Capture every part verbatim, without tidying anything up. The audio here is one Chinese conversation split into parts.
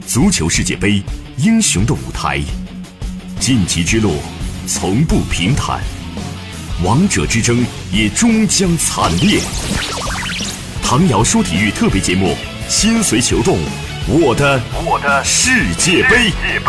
足球世界杯，英雄的舞台，晋级之路从不平坦，王者之争也终将惨烈。唐瑶说体育特别节目，心随球动，我的我的世界杯。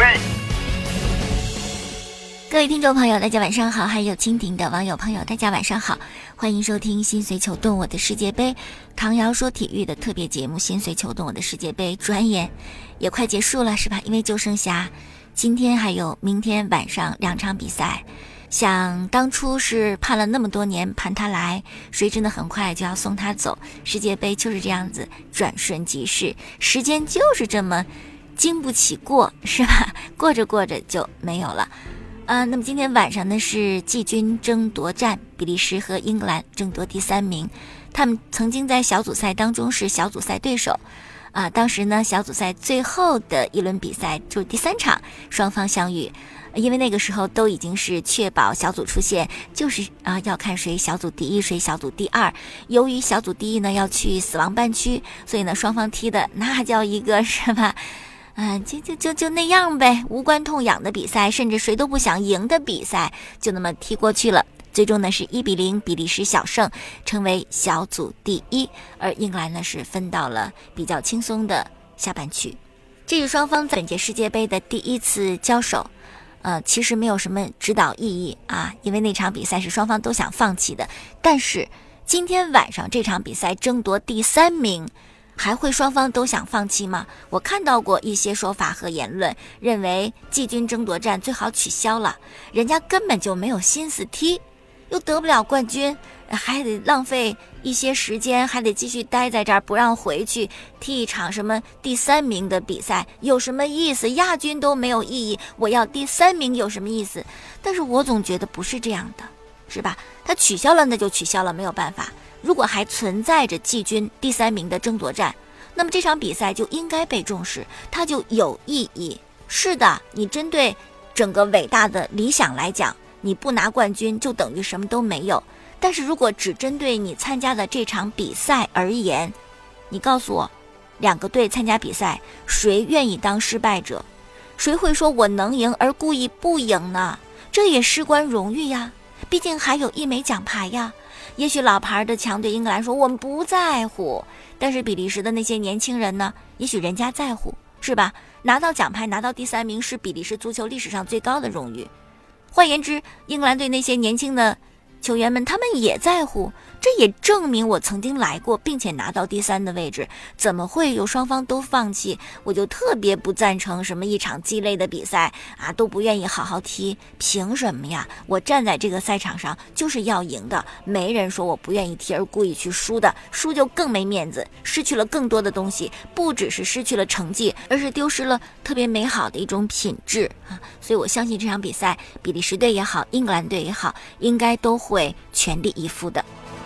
各位听众朋友大家晚上好，还有蜻蜓的网友朋友大家晚上好，欢迎收听心随球动我的世界杯，唐瑶说体育的特别节目心随球动我的世界杯。转眼也快结束了是吧？因为就剩下今天还有明天晚上两场比赛，想当初是盼了那么多年盼他来，谁知呢很快就要送他走。世界杯就是这样子转瞬即逝，时间就是这么经不起过是吧？过着过着就没有了。呃，那么今天晚上呢是季军争夺战，比利时和英格兰争夺第三名。他们曾经在小组赛当中是小组赛对手，啊、呃，当时呢小组赛最后的一轮比赛就是第三场，双方相遇。因为那个时候都已经是确保小组出线，就是啊、呃、要看谁小组第一谁小组第二。由于小组第一呢要去死亡班区，所以呢双方踢的那叫一个是吧？嗯、呃，就就就就那样呗，无关痛痒的比赛，甚至谁都不想赢的比赛，就那么踢过去了。最终呢是一比零，比利时小胜，成为小组第一，而英格兰呢是分到了比较轻松的下半区。这是双方在本届世界杯的第一次交手，呃，其实没有什么指导意义啊，因为那场比赛是双方都想放弃的。但是今天晚上这场比赛争夺第三名，还会双方都想放弃吗？我看到过一些说法和言论，认为季军争夺战最好取消了，人家根本就没有心思踢，又得不了冠军，还得浪费一些时间，还得继续待在这儿不让回去踢一场什么第三名的比赛，有什么意思？亚军都没有意义，我要第三名有什么意思？但是我总觉得不是这样的，是吧？他取消了那就取消了，没有办法。如果还存在着季军第三名的争夺战，那么这场比赛就应该被重视，它就有意义。是的，你针对整个伟大的理想来讲，你不拿冠军就等于什么都没有。但是如果只针对你参加的这场比赛而言，你告诉我，两个队参加比赛，谁愿意当失败者？谁会说我能赢而故意不赢呢？这也事关荣誉呀，毕竟还有一枚奖牌呀。也许老牌的强队英格兰说我们不在乎，但是比利时的那些年轻人呢，也许人家在乎，是吧？拿到奖牌拿到第三名是比利时足球历史上最高的荣誉。换言之，英格兰队那些年轻的球员们他们也在乎，这也证明我曾经来过并且拿到第三的位置，怎么会有双方都放弃？我就特别不赞成什么一场鸡肋的比赛啊都不愿意好好踢，凭什么呀？我站在这个赛场上就是要赢的，没人说我不愿意踢而故意去输的，输就更没面子，失去了更多的东西，不只是失去了成绩，而是丢失了特别美好的一种品质啊！所以我相信这场比赛比利时队也好，英格兰队也好，应该都会全力以赴的。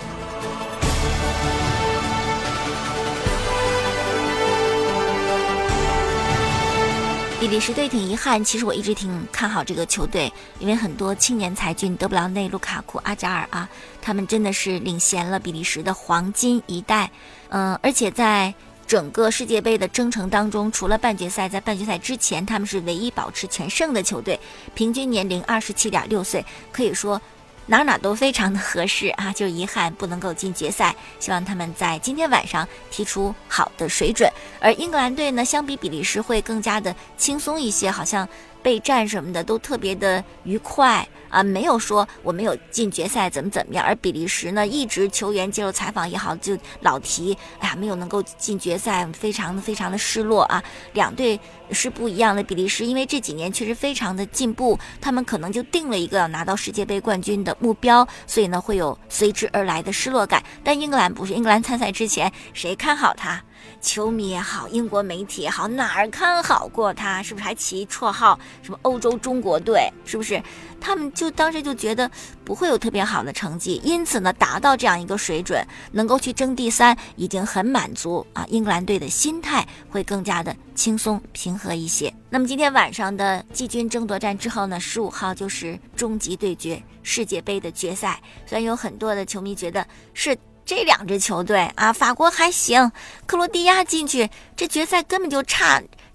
比利时队挺遗憾，其实我一直挺看好这个球队，因为很多青年才俊，德布劳内、卢卡库、阿扎尔啊，他们真的是领衔了比利时的黄金一代。嗯、呃，而且在整个世界杯的征程当中，除了半决赛，在半决赛之前，他们是唯一保持全胜的球队，平均年龄二十七点六岁，可以说哪哪都非常的合适啊，就遗憾不能够进决赛，希望他们在今天晚上踢出好的水准。而英格兰队呢，相比比利时会更加的轻松一些，好像备战什么的都特别的愉快啊，没有说我没有进决赛怎么怎么样。而比利时呢，一直球员接受采访也好，就老提，哎呀，没有能够进决赛，非常的非常的失落啊。两队是不一样的，比利时因为这几年确实非常的进步，他们可能就定了一个要拿到世界杯冠军的目标，所以呢会有随之而来的失落感。但英格兰不是，英格兰参赛之前谁看好他？球迷也好，英国媒体也好，哪儿看好过他？是不是还起绰号什么欧洲中国队？是不是？他们就当时就觉得不会有特别好的成绩，因此呢，达到这样一个水准，能够去争第三，已经很满足啊。英格兰队的心态会更加的轻松平和一些。那么今天晚上的季军争夺战之后呢，十五号就是终极对决世界杯的决赛。虽然有很多的球迷觉得是这两支球队啊，法国还行，克罗地亚进去，这决赛根本就差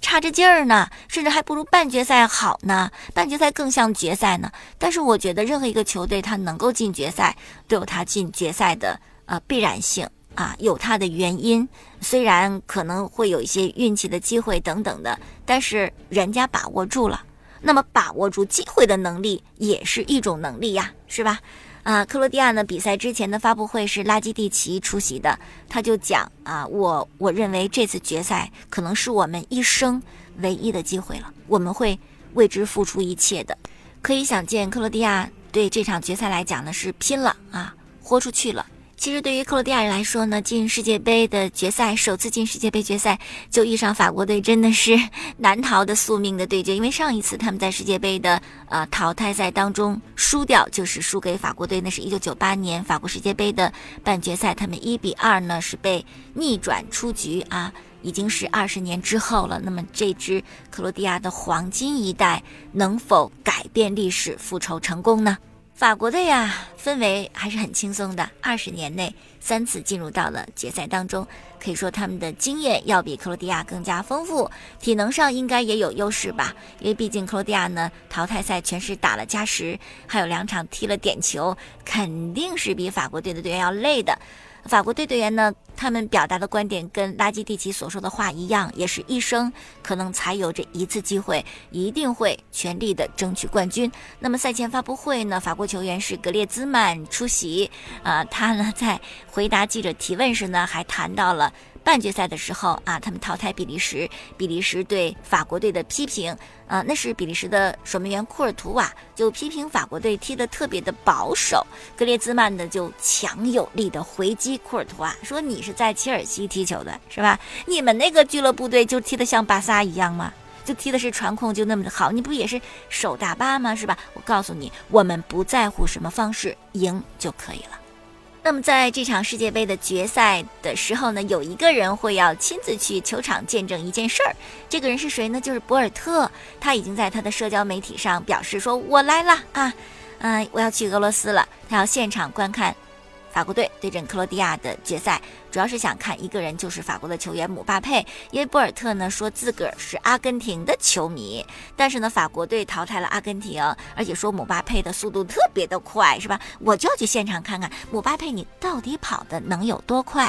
差着劲儿呢，甚至还不如半决赛好呢，半决赛更像决赛呢。但是我觉得任何一个球队他能够进决赛，都有他进决赛的呃必然性啊，有它的原因。虽然可能会有一些运气的机会等等的，但是人家把握住了。那么把握住机会的能力也是一种能力呀，是吧？啊，克罗地亚呢比赛之前的发布会是拉基蒂奇出席的，他就讲啊，我我认为这次决赛可能是我们一生唯一的机会了，我们会为之付出一切的。可以想见，克罗地亚对这场决赛来讲呢是拼了啊，豁出去了。其实对于克罗地亚人来说呢，进世界杯的决赛，首次进世界杯决赛就遇上法国队，真的是难逃的宿命的对决。因为上一次他们在世界杯的呃淘汰赛当中输掉，就是输给法国队，那是一九九八年法国世界杯的半决赛，他们一比二呢是被逆转出局啊，已经是二十年之后了。那么这支克罗地亚的黄金一代能否改变历史，复仇成功呢？法国队呀，氛围还是很轻松的，二十年内三次进入到了决赛当中，可以说他们的经验要比克罗地亚更加丰富，体能上应该也有优势吧，因为毕竟克罗地亚呢淘汰赛全是打了加时，还有两场踢了点球，肯定是比法国队的队员要累的。法国队队员呢，他们表达的观点跟拉基蒂奇所说的话一样，也是一生可能才有这一次机会，一定会全力的争取冠军。那么赛前发布会呢，法国球员是格列兹曼出席，呃，他呢在回答记者提问时呢，还谈到了半决赛的时候啊，他们淘汰比利时，比利时对法国队的批评，呃，那是比利时的守门员库尔图瓦就批评法国队踢得特别的保守，格列兹曼呢就强有力的回击库尔图瓦，说你是在切尔西踢球的是吧？你们那个俱乐部队就踢得像巴萨一样吗？就踢的是传控就那么的好，你不也是手大巴吗？是吧？我告诉你，我们不在乎什么方式，赢就可以了。那么在这场世界杯的决赛的时候呢，有一个人会要亲自去球场见证一件事儿，这个人是谁呢？就是博尔特，他已经在他的社交媒体上表示说，我来了啊，嗯、呃，我要去俄罗斯了，他要现场观看法国队对阵克罗地亚的决赛，主要是想看一个人，就是法国的球员姆巴佩。因为博尔特呢说自个儿是阿根廷的球迷，但是呢法国队淘汰了阿根廷，而且说姆巴佩的速度特别的快，是吧？我就要去现场看看姆巴佩你到底跑的能有多快。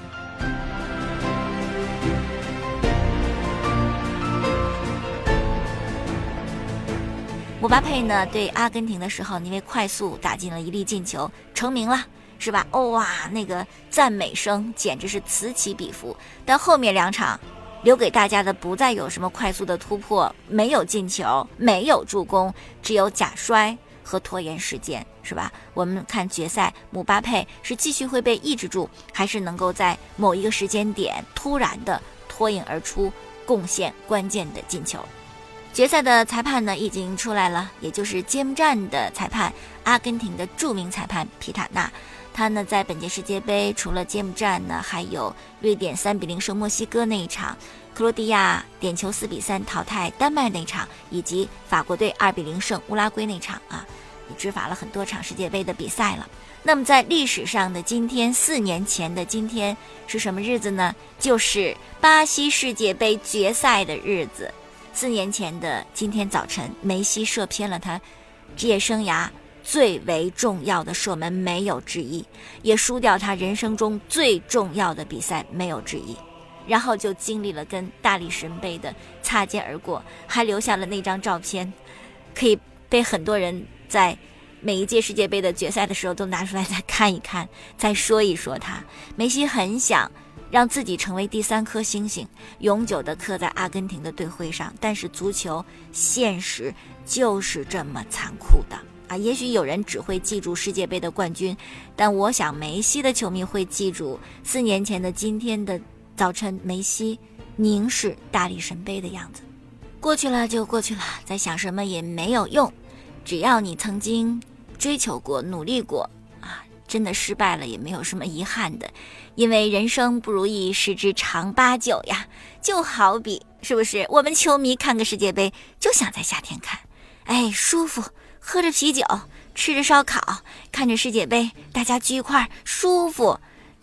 姆巴佩呢对阿根廷的时候，因为快速打进了一粒进球，成名了。是吧？哦哇，那个赞美声简直是此起彼伏。但后面两场留给大家的不再有什么快速的突破，没有进球，没有助攻，只有假摔和拖延时间，是吧？我们看决赛，姆巴佩是继续会被抑制住，还是能够在某一个时间点突然的脱颖而出，贡献关键的进球？决赛的裁判呢已经出来了，也就是揭幕战的裁判，阿根廷的著名裁判皮塔纳。他呢在本届世界杯除了揭幕战呢，还有瑞典三比零胜墨西哥那一场，克罗地亚点球四比三淘汰丹麦那场，以及法国队二比零胜乌拉圭那场啊，也执法了很多场世界杯的比赛了。那么在历史上的今天，四年前的今天是什么日子呢？就是巴西世界杯决赛的日子。四年前的今天早晨，梅西射偏了他职业生涯最为重要的射门，没有之一，也输掉他人生中最重要的比赛，没有之一。然后就经历了跟大力神杯的擦肩而过，还留下了那张照片，可以被很多人在每一届世界杯的决赛的时候都拿出来再看一看，再说一说他。梅西很想让自己成为第三颗星星，永久地刻在阿根廷的队徽上，但是足球现实就是这么残酷的啊！也许有人只会记住世界杯的冠军，但我想梅西的球迷会记住四年前的今天的早晨，梅西凝视大力神杯的样子。过去了就过去了，再想什么也没有用，只要你曾经追求过，努力过啊，真的失败了也没有什么遗憾的，因为人生不如意十之长八九呀。就好比是不是我们球迷看个世界杯就想在夏天看，哎，舒服，喝着啤酒，吃着烧烤，看着世界杯，大家聚一块舒服。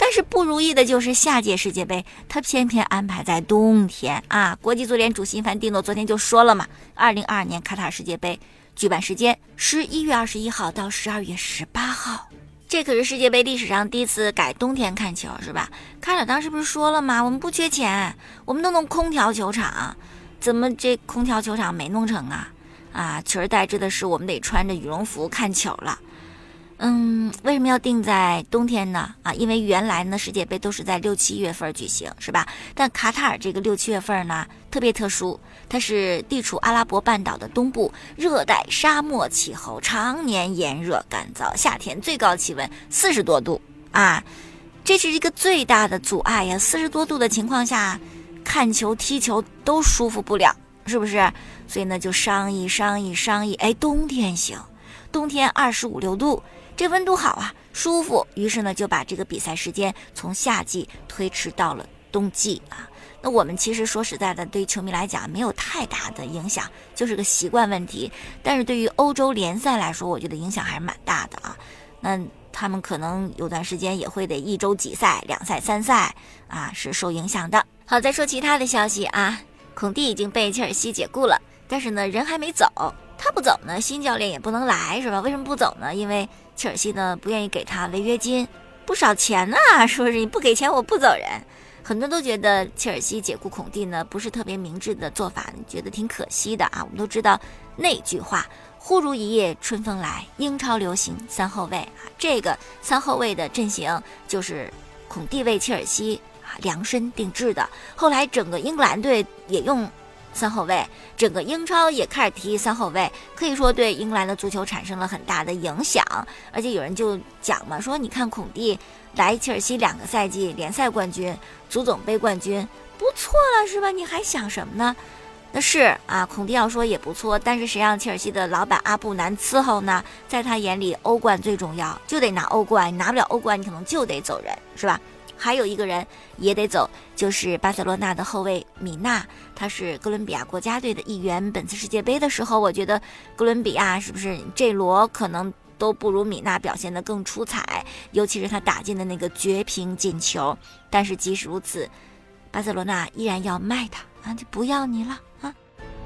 但是不如意的就是下届世界杯，他偏偏安排在冬天啊！国际足联主席范蒂诺昨天就说了嘛，二零二二年卡塔尔世界杯举办时间十一月二十一号到十二月十八号，这可是世界杯历史上第一次改冬天看球，是吧？卡塔当时不是说了吗？我们不缺钱，我们都弄空调球场，怎么这空调球场没弄成啊？啊，取而代之的是我们得穿着羽绒服看球了。嗯，为什么要定在冬天呢？啊，因为原来呢世界杯都是在六七月份举行，是吧？但卡塔尔这个六七月份呢特别特殊，它是地处阿拉伯半岛的东部，热带沙漠气候，常年炎热干燥，夏天最高气温四十多度啊，这是一个最大的阻碍呀！四十多度的情况下，看球踢球都舒服不了，是不是？所以呢就商议商议商议，哎，冬天行，冬天二十五六度。这温度好啊，舒服，于是呢就把这个比赛时间从夏季推迟到了冬季啊。那我们其实说实在的，对于球迷来讲没有太大的影响，就是个习惯问题。但是对于欧洲联赛来说，我觉得影响还是蛮大的啊。那他们可能有段时间也会得一周几赛、两赛、三赛啊，是受影响的。好，再说其他的消息啊，孔蒂已经被切尔西解雇了，但是呢人还没走。他不走呢，新教练也不能来，是吧？为什么不走呢？因为切尔西呢不愿意给他违约金，不少钱呢、啊，是不是？你不给钱我不走人。很多人都觉得切尔西解雇孔蒂呢不是特别明智的做法，觉得挺可惜的啊。我们都知道那句话，忽如一夜春风来，英超流行三后卫啊，这个三后卫的阵型就是孔蒂为切尔西啊量身定制的。后来整个英格兰队也用三后卫，整个英超也开始提三后卫，可以说对英格兰的足球产生了很大的影响。而且有人就讲嘛，说你看孔蒂来切尔西两个赛季，联赛冠军、足总杯冠军，不错了是吧？你还想什么呢？那是啊，孔蒂要说也不错，但是谁让切尔西的老板阿布难伺候呢？在他眼里，欧冠最重要，就得拿欧冠，你拿不了欧冠，你可能就得走人，是吧？还有一个人也得走，就是巴塞罗那的后卫米纳，他是哥伦比亚国家队的一员。本次世界杯的时候，我觉得哥伦比亚是不是这罗可能都不如米纳表现得更出彩，尤其是他打进的那个绝平进球。但是即使如此，巴塞罗那依然要卖他啊，就不要你了啊。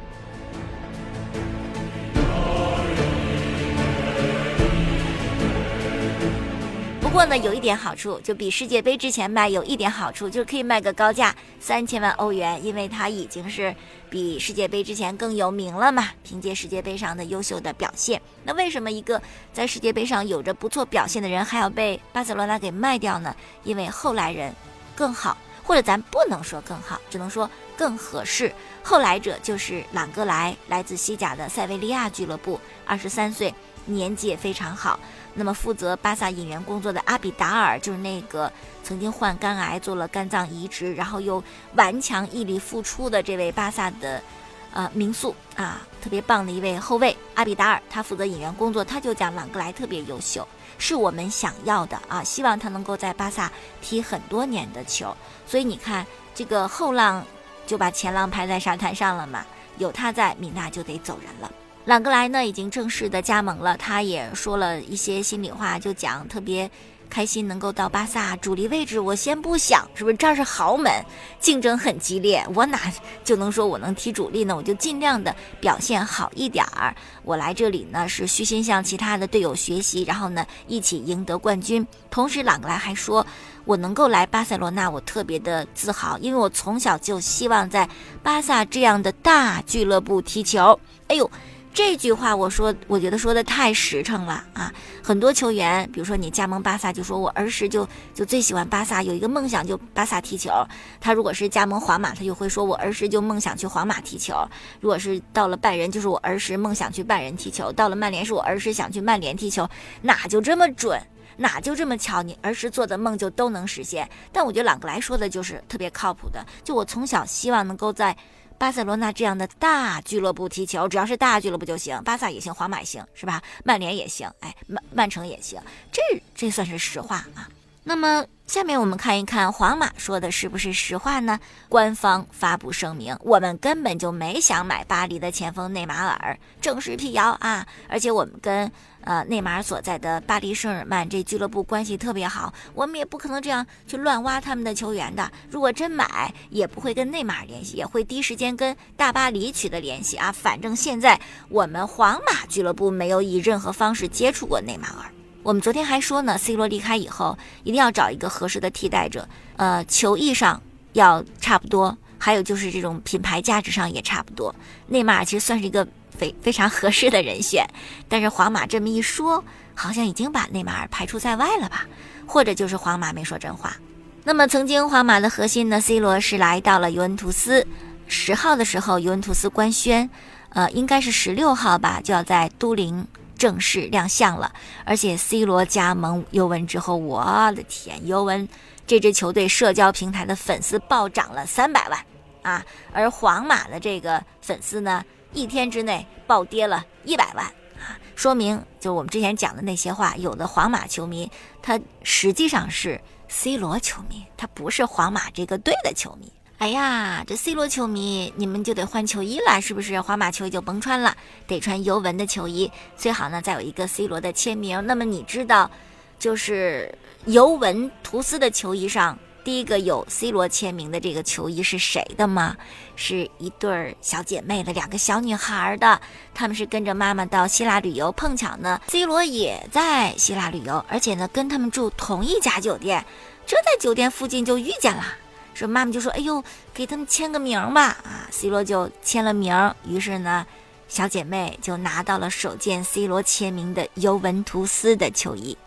不过呢，有一点好处，就比世界杯之前卖有一点好处，就是可以卖个高价三千万欧元，因为他已经是比世界杯之前更有名了嘛，凭借世界杯上的优秀的表现。那为什么一个在世界杯上有着不错表现的人还要被巴塞罗那给卖掉呢？因为后来人更好，或者咱不能说更好，只能说更合适。后来者就是朗格莱，来自西甲的塞维利亚俱乐部，二十三岁，年纪也非常好。那么负责巴萨引援工作的阿比达尔，就是那个曾经患肝癌做了肝脏移植，然后又顽强毅力复出的这位巴萨的呃名宿啊，特别棒的一位后卫阿比达尔，他负责引援工作，他就讲朗格莱特别优秀，是我们想要的啊，希望他能够在巴萨踢很多年的球。所以你看这个后浪就把前浪拍在沙滩上了嘛，有他在，米纳就得走人了。朗格莱呢已经正式的加盟了，他也说了一些心里话，就讲特别开心能够到巴萨主力位置，我先不想，是不是这儿是豪门，竞争很激烈，我哪就能说我能踢主力呢？我就尽量的表现好一点儿。我来这里呢是虚心向其他的队友学习，然后呢一起赢得冠军。同时朗格莱还说，我能够来巴塞罗那我特别的自豪，因为我从小就希望在巴萨这样的大俱乐部踢球。哎呦，这句话我说，我觉得说的太实诚了啊！很多球员，比如说你加盟巴萨，就说我儿时就就最喜欢巴萨，有一个梦想就巴萨踢球。他如果是加盟皇马，他就会说我儿时就梦想去皇马踢球。如果是到了拜仁，就是我儿时梦想去拜仁踢球。到了曼联，是我儿时想去曼联踢球。哪就这么准？哪就这么巧？你儿时做的梦就都能实现。但我觉得朗格莱说的就是特别靠谱的，就我从小希望能够在巴塞罗那这样的大俱乐部踢球，只要是大俱乐部就行，巴萨也行，皇马也行，是吧？曼联也行，哎，曼曼城也行，这这算是实话啊。 那么下面我们看一看皇马说的是不是实话呢？官方发布声明，我们根本就没想买巴黎的前锋内马尔，正式辟谣啊！而且我们跟呃内马尔所在的巴黎圣日耳曼这俱乐部关系特别好，我们也不可能这样去乱挖他们的球员的。如果真买，也不会跟内马尔联系，也会第一时间跟大巴黎取得联系啊！反正现在我们皇马俱乐部没有以任何方式接触过内马尔。我们昨天还说呢 ，C 罗离开以后一定要找一个合适的替代者，呃，球艺上要差不多，还有就是这种品牌价值上也差不多。内马尔其实算是一个非非常合适的人选，但是皇马这么一说，好像已经把内马尔排除在外了吧？或者就是皇马没说真话。那么曾经皇马的核心呢 ，C 罗是来到了尤文图斯，十号的时候尤文图斯官宣，呃，应该是十六号吧，就要在都灵正式亮相了。而且 C 罗加盟尤文之后，我的天，尤文这支球队社交平台的粉丝暴涨了三百万啊，而皇马的这个粉丝呢，一天之内暴跌了一百万啊，说明就我们之前讲的那些话，有的皇马球迷他实际上是 C 罗球迷，他不是皇马这个队的球迷。哎呀，这 C 罗球迷你们就得换球衣了，是不是？皇马球衣就甭穿了，得穿尤文的球衣，最好呢再有一个 C 罗的签名。那么你知道就是尤文图斯的球衣上第一个有 C 罗签名的这个球衣是谁的吗？是一对小姐妹的，两个小女孩的，她们是跟着妈妈到希腊旅游，碰巧呢 C 罗也在希腊旅游，而且呢跟他们住同一家酒店，这在酒店附近就遇见了。说妈妈就说，哎呦，给他们签个名吧啊 ！C 罗就签了名，于是呢，小姐妹就拿到了首件 C 罗签名的尤文图斯的球衣。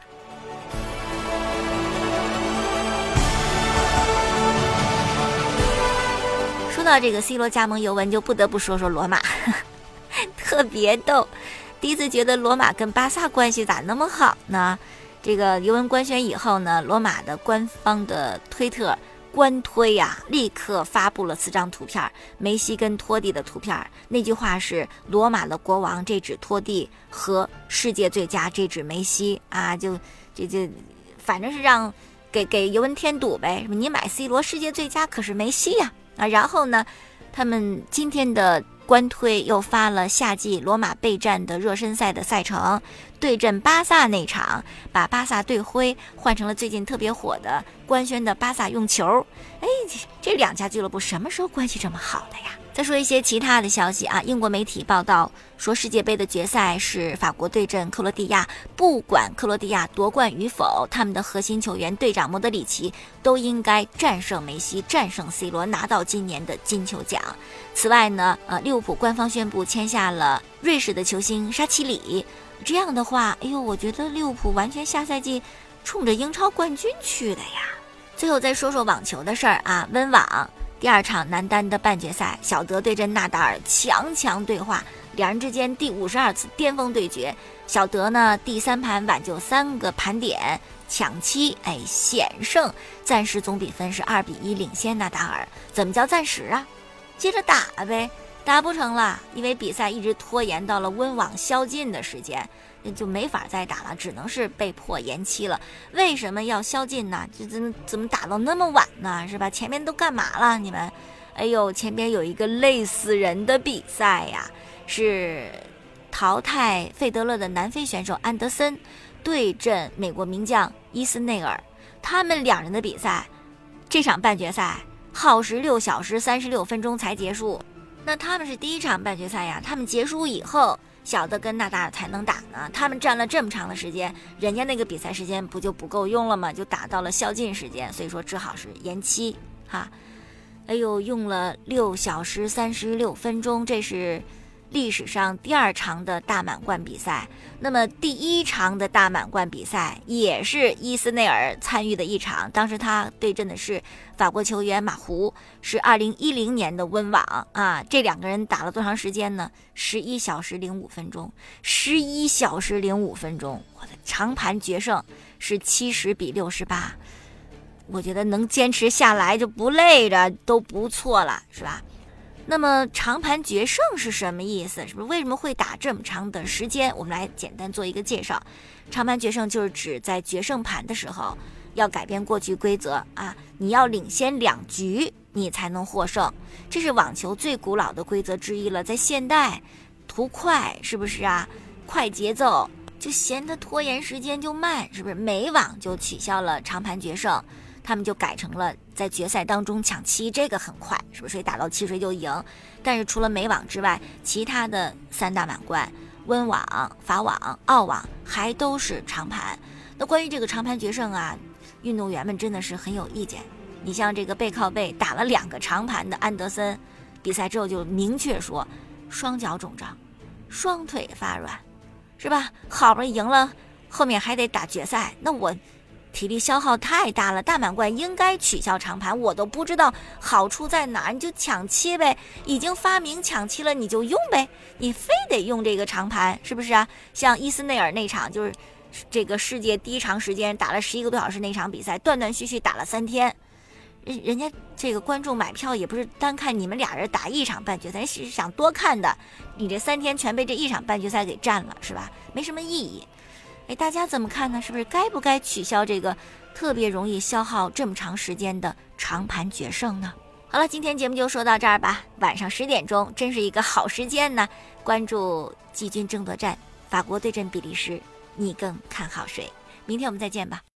说到这个 C 罗加盟尤文，就不得不说说罗马，呵呵特别逗。第一次觉得罗马跟巴萨关系咋那么好呢？这个尤文官宣以后呢，罗马的官方的推特官推呀、啊，立刻发布了四张图片，梅西跟托蒂的图片。那句话是“罗马的国王”，这指托蒂和世界最佳，这指梅西啊，就这这，反正是让给给尤文添堵呗。你买 C 罗世界最佳可是梅西呀啊！然后呢，他们今天的官推又发了夏季罗马备战的热身赛的赛程，对阵巴萨那场，把巴萨队徽换成了最近特别火的官宣的巴萨用球。哎，这两家俱乐部什么时候关系这么好的呀？再说一些其他的消息啊，英国媒体报道说，世界杯的决赛是法国对阵克罗地亚，不管克罗地亚夺冠与否，他们的核心球员队长莫德里奇都应该战胜梅西，战胜 C 罗，拿到今年的金球奖。此外呢，呃，利物浦官方宣布签下了瑞士的球星沙奇里。这样的话，哎呦，我觉得利物浦完全下赛季冲着英超冠军去的呀。最后再说说网球的事儿啊，温网第二场男单的半决赛，小德对阵纳达尔，强强对话，两人之间第五十二次巅峰对决。小德呢，第三盘挽救三个盘点，抢七，哎，险胜，暂时总比分是二比一领先纳达尔。怎么叫暂时啊？接着打呗。打不成了，因为比赛一直拖延到了温网宵禁的时间，就没法再打了，只能是被迫延期了。为什么要宵禁呢？这怎么怎么打到那么晚呢？是吧？前面都干嘛了你们？哎呦，前边有一个累死人的比赛呀，是淘汰费德勒的南非选手安德森对阵美国名将伊斯内尔，他们两人的比赛，这场半决赛耗时六小时三十六分钟才结束。那他们是第一场半决赛呀，他们结束以后，小的跟纳达尔才能打呢。他们占了这么长的时间，人家那个比赛时间不就不够用了吗？就打到了宵禁时间，所以说只好是延期哈。哎呦，用了六小时三十六分钟，这是历史上第二长的大满贯比赛。那么第一场的大满贯比赛也是伊斯内尔参与的一场，当时他对阵的是法国球员马胡，是二零一零年的温网啊。这两个人打了多长时间呢？十一小时零五分钟，十一小时零五分钟，我的长盘决胜是七十比六十八。我觉得能坚持下来就不累着都不错了，是吧？那么长盘决胜是什么意思？是不是为什么会打这么长的时间？我们来简单做一个介绍。长盘决胜就是指在决胜盘的时候， 要改变过去规则啊，你要领先两局你才能获胜，这是网球最古老的规则之一了。在现代图快是不是啊，快节奏就嫌它拖延时间就慢，是不是？美网就取消了长盘决胜，他们就改成了在决赛当中抢七，这个很快，是不是？谁打到七谁就赢。但是除了美网之外，其他的三大满贯温网、法网、澳网还都是长盘。那关于这个长盘决胜啊，运动员们真的是很有意见。你像这个背靠背打了两个长盘的安德森，比赛之后就明确说双脚肿胀，双腿发软，是吧？好不容易赢了，后面还得打决赛，那我体力消耗太大了，大满贯应该取消长盘，我都不知道好处在哪儿，你就抢七呗，已经发明抢七了，你就用呗，你非得用这个长盘，是不是啊？像伊斯内尔那场就是这个世界第一长时间打了十一个多小时那场比赛，断断续续打了三天，人人家这个观众买票也不是单看你们俩人打一场半决赛，是想多看的，你这三天全被这一场半决赛给占了，是吧？没什么意义。哎，大家怎么看呢？是不是该不该取消这个特别容易消耗这么长时间的长盘决胜呢？好了，今天节目就说到这儿吧。晚上十点钟真是一个好时间呢，关注季军争夺战，法国对阵比利时，你更看好谁？明天我们再见吧。